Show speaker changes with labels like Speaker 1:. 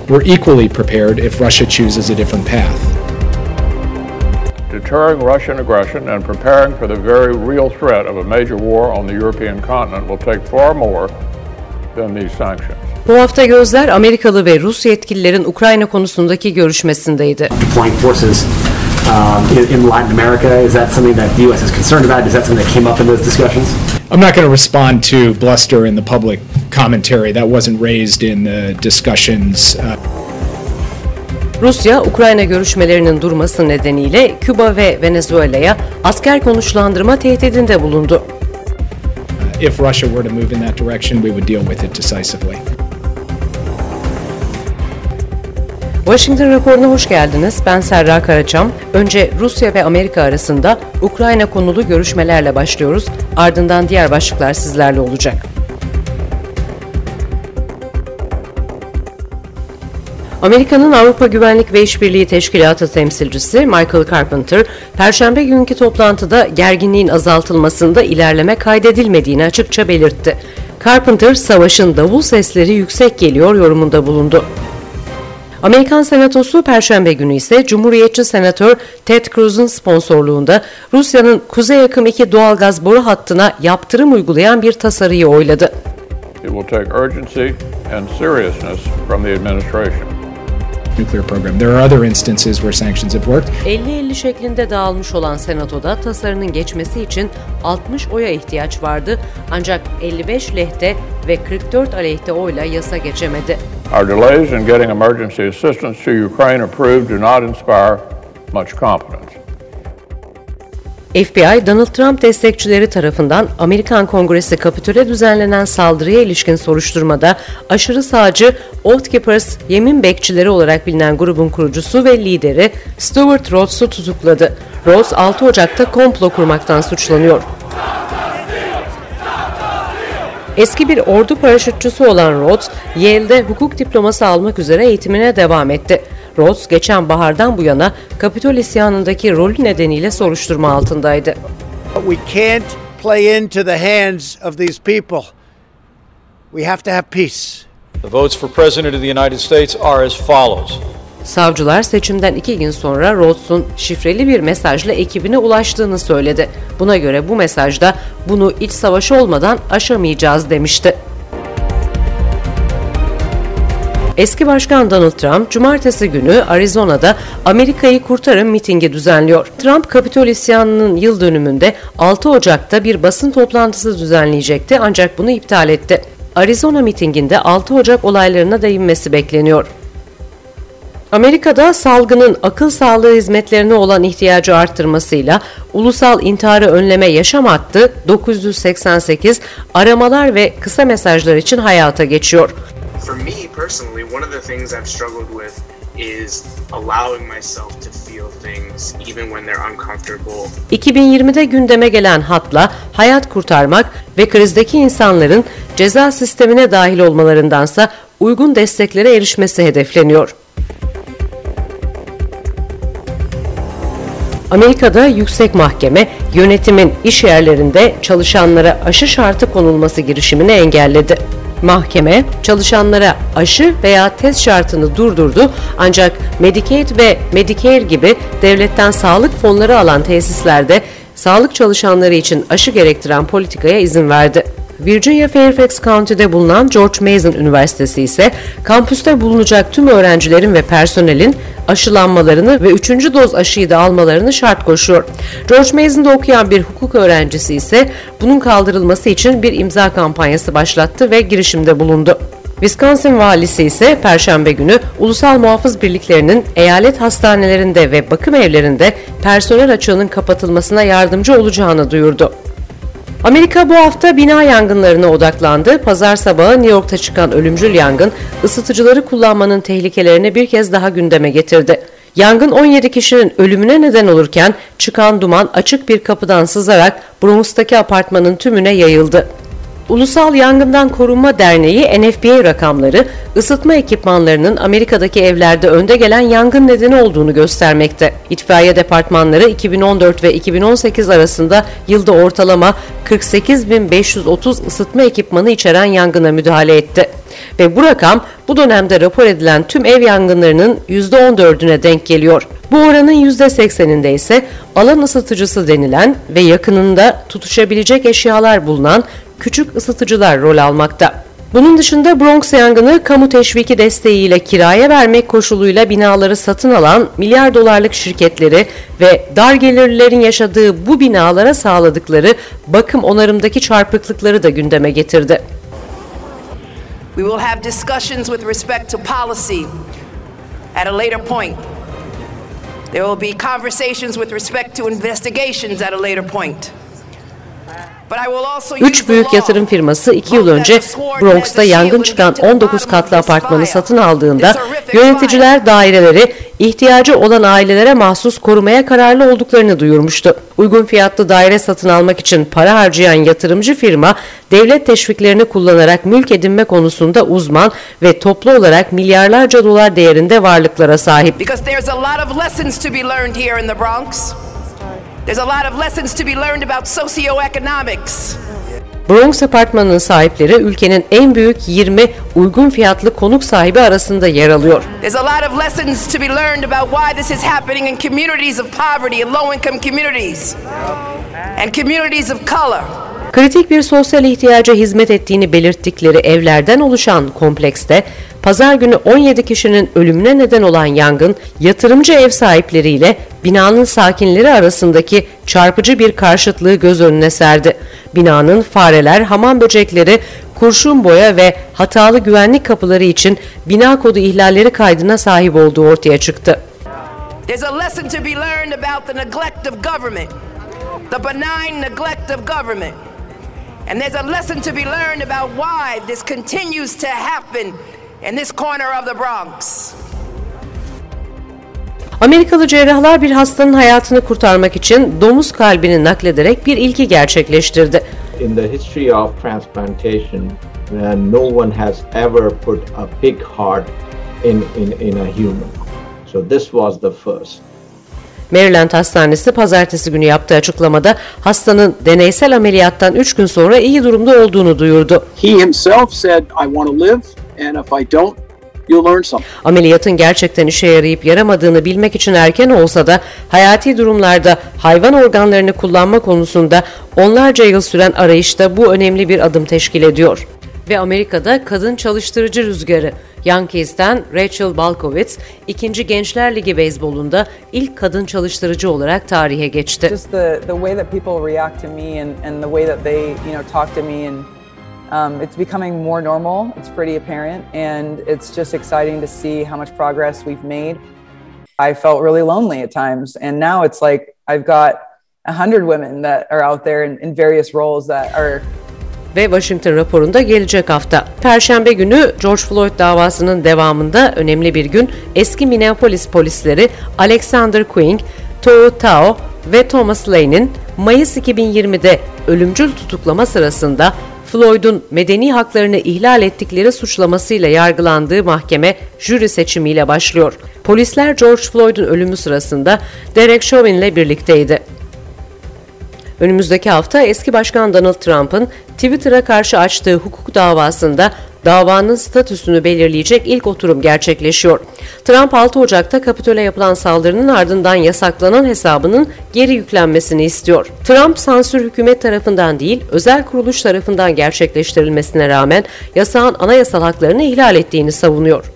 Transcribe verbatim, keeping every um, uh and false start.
Speaker 1: we're equally prepared if Russia chooses a different path.
Speaker 2: Deterring Russian aggression and preparing for the very real threat of a major war on the European continent will take far more than these sanctions.
Speaker 3: Bu hafta gözler Amerikalı ve Rus yetkililerin Ukrayna konusundaki görüşmesindeydi.
Speaker 4: Deploying forces um, in, in Latin America, is that something that the U S is concerned about? Is that something that came up in those discussions?
Speaker 1: I'm not going to respond to bluster in the public commentary. That wasn't raised in the discussions. Uh...
Speaker 3: Rusya, Ukrayna görüşmelerinin durması nedeniyle Küba ve Venezuela'ya asker konuşlandırma tehdidinde bulundu.
Speaker 1: If Russia were to move in that direction, we would deal with it decisively.
Speaker 3: Washington raporuna hoş geldiniz. Ben Serra Karaçam. Önce Rusya ve Amerika arasında Ukrayna konulu görüşmelerle başlıyoruz. Ardından diğer başlıklar sizlerle olacak. Amerika'nın Avrupa Güvenlik ve İşbirliği Teşkilatı temsilcisi Michael Carpenter, Perşembe günkü toplantıda gerginliğin azaltılmasında ilerleme kaydedilmediğini açıkça belirtti. Carpenter, savaşın davul sesleri yüksek geliyor yorumunda bulundu. Amerikan Senatosu Perşembe günü ise Cumhuriyetçi Senatör Ted Cruz'un sponsorluğunda Rusya'nın Kuzey Akım iki doğalgaz boru hattına yaptırım uygulayan bir tasarıyı oyladı.
Speaker 2: It will take urgency and seriousness from the administration.
Speaker 1: Nuclear program. There are other instances where sanctions have worked.
Speaker 3: elli elli şeklinde dağılmış olan Senato'da tasarının geçmesi için altmış oya ihtiyaç vardı. Ancak elli beş lehte ve kırk dört aleyhte oyla yasa geçemedi.
Speaker 2: Our delays in getting emergency assistance to Ukraine approved do not inspire much confidence.
Speaker 3: F B I, Donald Trump destekçileri tarafından Amerikan Kongresi Kapitol'e düzenlenen saldırıya ilişkin soruşturmada aşırı sağcı Oath Keepers, yemin bekçileri olarak bilinen grubun kurucusu ve lideri Stewart Rhodes'u tutukladı. Rhodes, altı Ocak'ta komplo kurmaktan suçlanıyor. Eski bir ordu paraşütçüsü olan Rhodes, Yale'de hukuk diploması almak üzere eğitimine devam etti. Rhodes, geçen bahardan bu yana Kapitol isyanındaki rolü nedeniyle soruşturma altındaydı.
Speaker 5: We can't play into the hands of these people. We have to have peace.
Speaker 6: The votes for President of the United States are as follows.
Speaker 3: Savcılar seçimden iki gün sonra Rhodes'un şifreli bir mesajla ekibine ulaştığını söyledi. Buna göre bu mesajda bunu iç savaş olmadan aşamayacağız demişti. Eski Başkan Donald Trump, Cumartesi günü Arizona'da Amerika'yı Kurtarın mitingi düzenliyor. Trump, Kapitol isyanının yıl dönümünde altı Ocak'ta bir basın toplantısı düzenleyecekti ancak bunu iptal etti. Arizona mitinginde altı Ocak olaylarına değinmesi bekleniyor. Amerika'da salgının akıl sağlığı hizmetlerine olan ihtiyacı arttırmasıyla Ulusal İntiharı Önleme Yaşam Hattı dokuz yüz seksen sekiz aramalar ve kısa mesajlar için hayata geçiyor.
Speaker 7: For me personally, one of the things I've struggled with is allowing myself to feel things even when they're uncomfortable.
Speaker 3: iki bin yirmide gündeme gelen hatla hayat kurtarmak ve krizdeki insanların ceza sistemine dahil olmalarındansa uygun desteklere erişmesi hedefleniyor. Amerika'da Yüksek Mahkeme, yönetimin iş yerlerinde çalışanlara aşı şartı konulması girişimini engelledi. Mahkeme, çalışanlara aşı veya test şartını durdurdu ancak Medicaid ve Medicare gibi devletten sağlık fonları alan tesislerde sağlık çalışanları için aşı gerektiren politikaya izin verdi. Virginia Fairfax County'de bulunan George Mason Üniversitesi ise kampüste bulunacak tüm öğrencilerin ve personelin aşılanmalarını ve üçüncü doz aşıyı da almalarını şart koşuyor. George Mason'da okuyan bir hukuk öğrencisi ise bunun kaldırılması için bir imza kampanyası başlattı ve girişimde bulundu. Wisconsin valisi ise Perşembe günü ulusal muhafız birliklerinin eyalet hastanelerinde ve bakım evlerinde personel açığının kapatılmasına yardımcı olacağını duyurdu. Amerika bu hafta bina yangınlarına odaklandı. Pazar sabahı New York'ta çıkan ölümcül yangın, ısıtıcıları kullanmanın tehlikelerini bir kez daha gündeme getirdi. Yangın on yedi kişinin ölümüne neden olurken çıkan duman açık bir kapıdan sızarak Bronx'taki apartmanın tümüne yayıldı. Ulusal Yangından Korunma Derneği N F P A rakamları, ısıtma ekipmanlarının Amerika'daki evlerde önde gelen yangın nedeni olduğunu göstermekte. İtfaiye departmanları iki bin on dört ve iki bin on sekiz arasında yılda ortalama kırk sekiz bin beş yüz otuz ısıtma ekipmanı içeren yangına müdahale etti. Ve bu rakam bu dönemde rapor edilen tüm ev yangınlarının yüzde on dördüne denk geliyor. Bu oranın yüzde sekseninde ise alan ısıtıcısı denilen ve yakınında tutuşabilecek eşyalar bulunan küçük ısıtıcılar rol almakta. Bunun dışında Bronx yangını kamu teşviki desteğiyle kiraya vermek koşuluyla binaları satın alan milyar dolarlık şirketleri ve dar gelirlilerin yaşadığı bu binalara sağladıkları bakım onarımdaki çarpıklıkları da gündeme getirdi.
Speaker 8: We will have discussions with respect to policy at a later point. There will be conversations with respect to investigations at a later point.
Speaker 3: Üç büyük yatırım firması iki yıl önce Bronx'ta yangın çıkan on dokuz katlı apartmanı satın aldığında yöneticiler daireleri ihtiyacı olan ailelere mahsus korumaya kararlı olduklarını duyurmuştu. Uygun fiyatlı daire satın almak için para harcayan yatırımcı firma, devlet teşviklerini kullanarak mülk edinme konusunda uzman ve toplu olarak milyarlarca dolar değerinde varlıklara sahip.
Speaker 8: There's a lot of lessons to be learned about socioeconomics.
Speaker 3: Bronx apartmanının sahipleri ülkenin en büyük yirmi uygun fiyatlı konut sahibi arasında yer alıyor.
Speaker 8: There's a lot of lessons to be learned about why this is happening in communities of poverty and low-income communities and communities of color.
Speaker 3: Kritik bir sosyal ihtiyaca hizmet ettiğini belirttikleri evlerden oluşan komplekste pazar günü on yedi kişinin ölümüne neden olan yangın, yatırımcı ev sahipleriyle binanın sakinleri arasındaki çarpıcı bir karşıtlığı göz önüne serdi. Binanın fareler, hamam böcekleri, kurşun boya ve hatalı güvenlik kapıları için bina kodu ihlalleri kaydına sahip olduğu ortaya çıktı.
Speaker 8: There's a lesson to be learned about the neglect of government, the benign neglect of government. And there's a lesson to be learned about why this continues to happen in this corner of the Bronx.
Speaker 3: Amerikalı cerrahlar bir hastanın hayatını kurtarmak için domuz kalbini naklederek bir ilki gerçekleştirdi.
Speaker 9: In the history of transplantation, no one has ever put a pig heart in in in a human. So this was the first.
Speaker 3: Maryland Hastanesi pazartesi günü yaptığı açıklamada hastanın deneysel ameliyattan üç gün sonra iyi durumda olduğunu duyurdu.
Speaker 10: He himself said, I want to live, and if I don't, you'll learn something.
Speaker 3: Ameliyatın gerçekten işe yarayıp yaramadığını bilmek için erken olsa da hayati durumlarda hayvan organlarını kullanma konusunda onlarca yıl süren arayışta bu önemli bir adım teşkil ediyor. Ve Amerika'da kadın çalıştırıcı rüzgarı. Yankees'ten Rachel Balkovitz, ikinci Gençler Ligi beyzbolunda ilk kadın çalıştırıcı olarak tarihe geçti.
Speaker 11: Just the the way that people react to me and and the way that they, you know, talk to me and um, it's becoming more normal. It's pretty apparent and it's just exciting to see how much progress we've made. I felt really lonely at times and now it's like I've got a hundred women that are out there in, in various roles that are.
Speaker 3: Ve Washington raporunda gelecek hafta. Perşembe günü George Floyd davasının devamında önemli bir gün, eski Minneapolis polisleri Alexander Kueng, Tou Thao ve Thomas Lane'in Mayıs iki bin yirmide ölümcül tutuklama sırasında Floyd'un medeni haklarını ihlal ettikleri suçlamasıyla yargılandığı mahkeme jüri seçimiyle başlıyor. Polisler George Floyd'un ölümü sırasında Derek Chauvin'le birlikteydi. Önümüzdeki hafta eski başkan Donald Trump'ın Twitter'a karşı açtığı hukuk davasında davanın statüsünü belirleyecek ilk oturum gerçekleşiyor. Trump altı Ocak'ta Kapitol'e yapılan saldırının ardından yasaklanan hesabının geri yüklenmesini istiyor. Trump sansür hükümet tarafından değil, özel kuruluş tarafından gerçekleştirilmesine rağmen yasağın anayasal haklarını ihlal ettiğini savunuyor.